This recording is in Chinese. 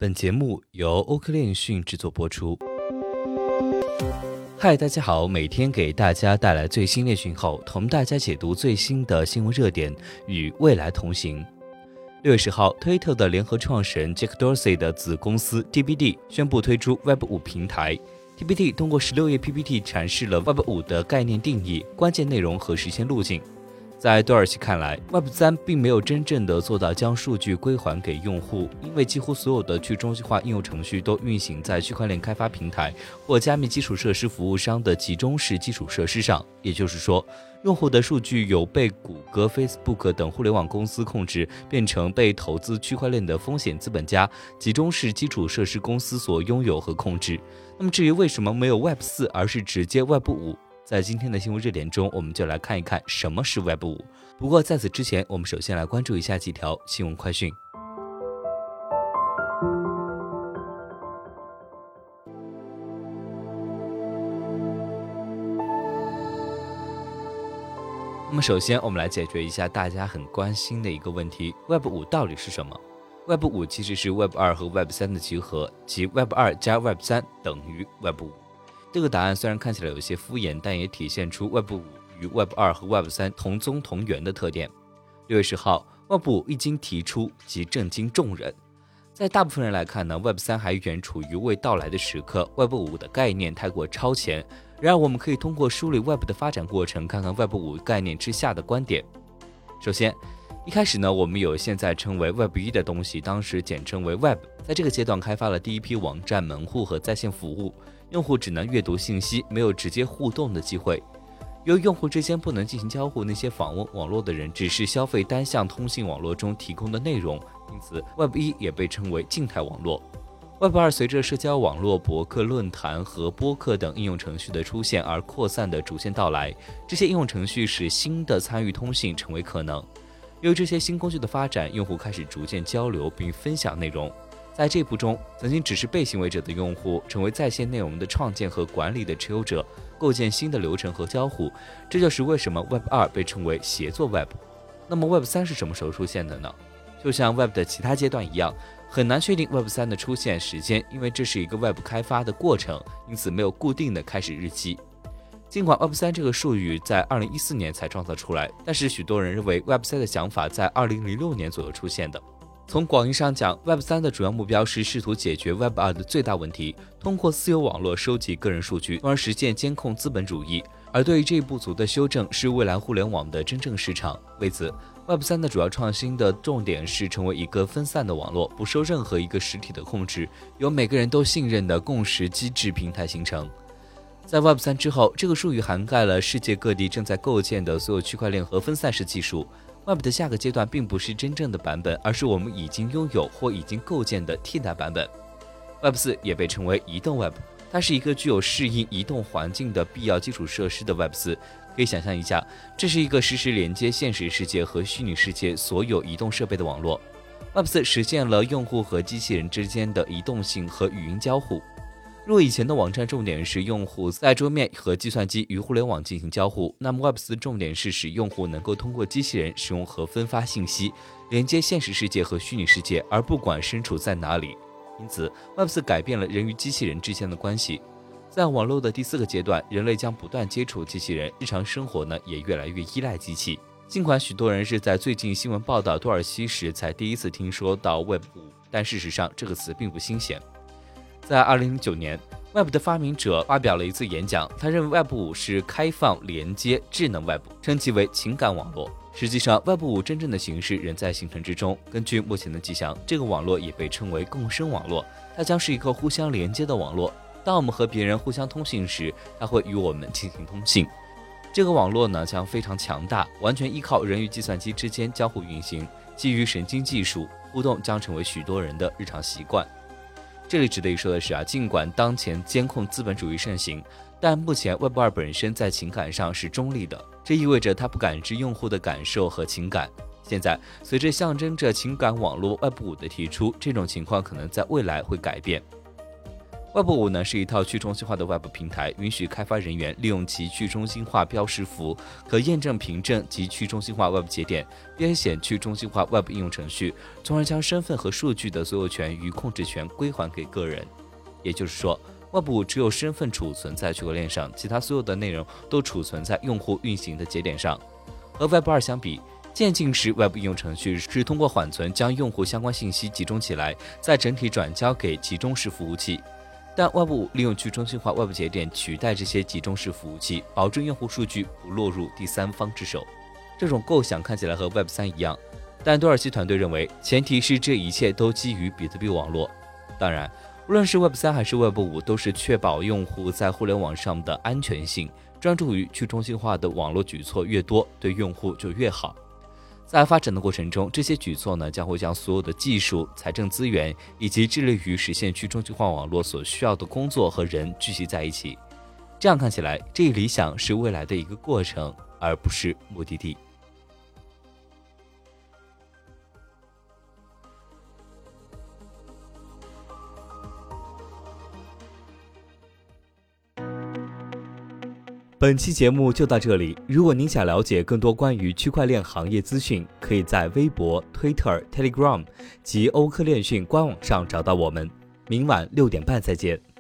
本节目由欧科链讯制作播出。嗨，大家好，每天给大家带来最新的讯后，同大家解读最新的新闻热点，与未来同行。6月10号，推特的联合创始人 Jack Dorsey 的子公司 TBD 宣布推出 Web5 平台。TBD 通过16页 PPT 阐释了 Web5 的概念定义、关键内容和实现路径。在多尔西看来 ，Web3 并没有真正的做到将数据归还给用户，因为几乎所有的去中心化应用程序都运行在区块链开发平台或加密基础设施服务商的集中式基础设施上。也就是说，用户的数据有被谷歌、Facebook 等互联网公司控制，变成被投资区块链的风险资本家、集中式基础设施公司所拥有和控制。那么至于为什么没有 Web4，而是直接 Web5？在今天的新闻热点中，我们就来看一看什么是 Web5。不过在此之前，我们首先来关注一下几条新闻快讯。那么首先，我们来解决一下大家很关心的一个问题 ：Web5 到底是什么 ？Web5 其实是 Web2 和 Web3 的集合，即 Web2 加 Web3 等于 Web5。这个答案虽然看起来有些敷衍，但也体现出 Web5 与 Web2 和 Web3 同宗同源的特点。6月10号 ，Web5 一经提出即震惊众人。在大部分人来看呢 ，Web3 还远处于未到来的时刻 ，Web5 的概念太过超前。然而，我们可以通过梳理 Web 的发展过程，看看 Web5 概念之下的观点。首先，一开始呢，我们有现在称为 Web1 的东西，当时简称为 Web， 在这个阶段开发了第一批网站、门户和在线服务。用户只能阅读信息，没有直接互动的机会。由于用户之间不能进行交互，那些访问网络的人只是消费单向通信网络中提供的内容，因此 Web1 也被称为静态网络。Web2 随着社交网络、博客、论坛和播客等应用程序的出现而扩散的逐渐到来，这些应用程序使新的参与通信成为可能。由于这些新工具的发展，用户开始逐渐交流并分享内容。在这一步中，曾经只是被行为者的用户成为在线内容的创建和管理的持有者，构建新的流程和交互。这就是为什么 Web2 被称为协作 Web。那么 Web3 是什么时候出现的呢？就像 Web 的其他阶段一样，很难确定 Web3 的出现时间，因为这是一个 Web 开发的过程，因此没有固定的开始日期。尽管 Web3 这个术语在2014年才创造出来，但是许多人认为 Web3 的想法在2006年左右出现的。从广义上讲 ，Web3 的主要目标是试图解决 Web2 的最大问题，通过私有网络收集个人数据，从而实现监控资本主义。而对于这一不足的修正，是未来互联网的真正市场。为此 ，Web3 的主要创新的重点是成为一个分散的网络，不受任何一个实体的控制，由每个人都信任的共识机制平台形成。在 Web3 之后，这个术语涵盖了世界各地正在构建的所有区块链和分散式技术。Web 的下个阶段并不是真正的版本，而是我们已经拥有或已经构建的替代版本。Web4 也被称为移动 Web， 它是一个具有适应移动环境的必要基础设施的 Web4。可以想象一下，这是一个实时连接现实世界和虚拟世界所有移动设备的网络。Web4 实现了用户和机器人之间的移动性和语音交互。若以前的网站重点是用户在桌面和计算机与互联网进行交互，那么 Web4 重点是使用户能够通过机器人使用和分发信息，连接现实世界和虚拟世界，而不管身处在哪里。因此 Web4 改变了人与机器人之间的关系。在网络的第4个阶段，人类将不断接触机器人，日常生活呢也越来越依赖机器。尽管许多人是在最近新闻报道多尔西时才第一次听说到 Web5， 但事实上这个词并不新鲜。在2009年 ，Web 的发明者发表了一次演讲，他认为 Web5 是开放、连接、智能 Web， 称其为情感网络。实际上 ，Web5 真正的形式仍在形成之中。根据目前的迹象，这个网络也被称为共生网络，它将是一个互相连接的网络。当我们和别人互相通信时，它会与我们进行通信。这个网络呢将非常强大，完全依靠人与计算机之间交互运行，基于神经技术，互动将成为许多人的日常习惯。这里值得一说的是尽管当前监控资本主义盛行，但目前 Web2 本身在情感上是中立的，这意味着它不感知用户的感受和情感。现在，随着象征着情感网络 Web5 的提出，这种情况可能在未来会改变。 Web 5呢是一套去中心化的 Web 平台，允许开发人员利用其去中心化标识符、可验证凭证及去中心化 Web 节点编写去中心化 Web 应用程序，从而将身份和数据的所有权与控制权归还给个人。也就是说，Web 5只有身份储存在区块链上，其他所有的内容都储存在用户运行的节点上。和 Web 2相比，渐进式 Web 应用程序是通过缓存将用户相关信息集中起来，再整体转交给集中式服务器。但 Web 5利用去中心化 Web 节点取代这些集中式服务器，保证用户数据不落入第三方之手。这种构想看起来和 Web 3一样，但多尔西团队认为，前提是这一切都基于比特币网络。当然，无论是 Web 3还是 Web 5，都是确保用户在互联网上的安全性，专注于去中心化的网络举措越多，对用户就越好。在发展的过程中，这些举措呢将会将所有的技术、财政资源以及致力于实现去中心化网络所需要的工作和人聚集在一起。这样看起来，这一理想是未来的一个过程，而不是目的地。本期节目就到这里。如果您想了解更多关于区块链行业资讯，可以在微博、Twitter、Telegram 及欧科链讯官网上找到我们。明晚6点半再见。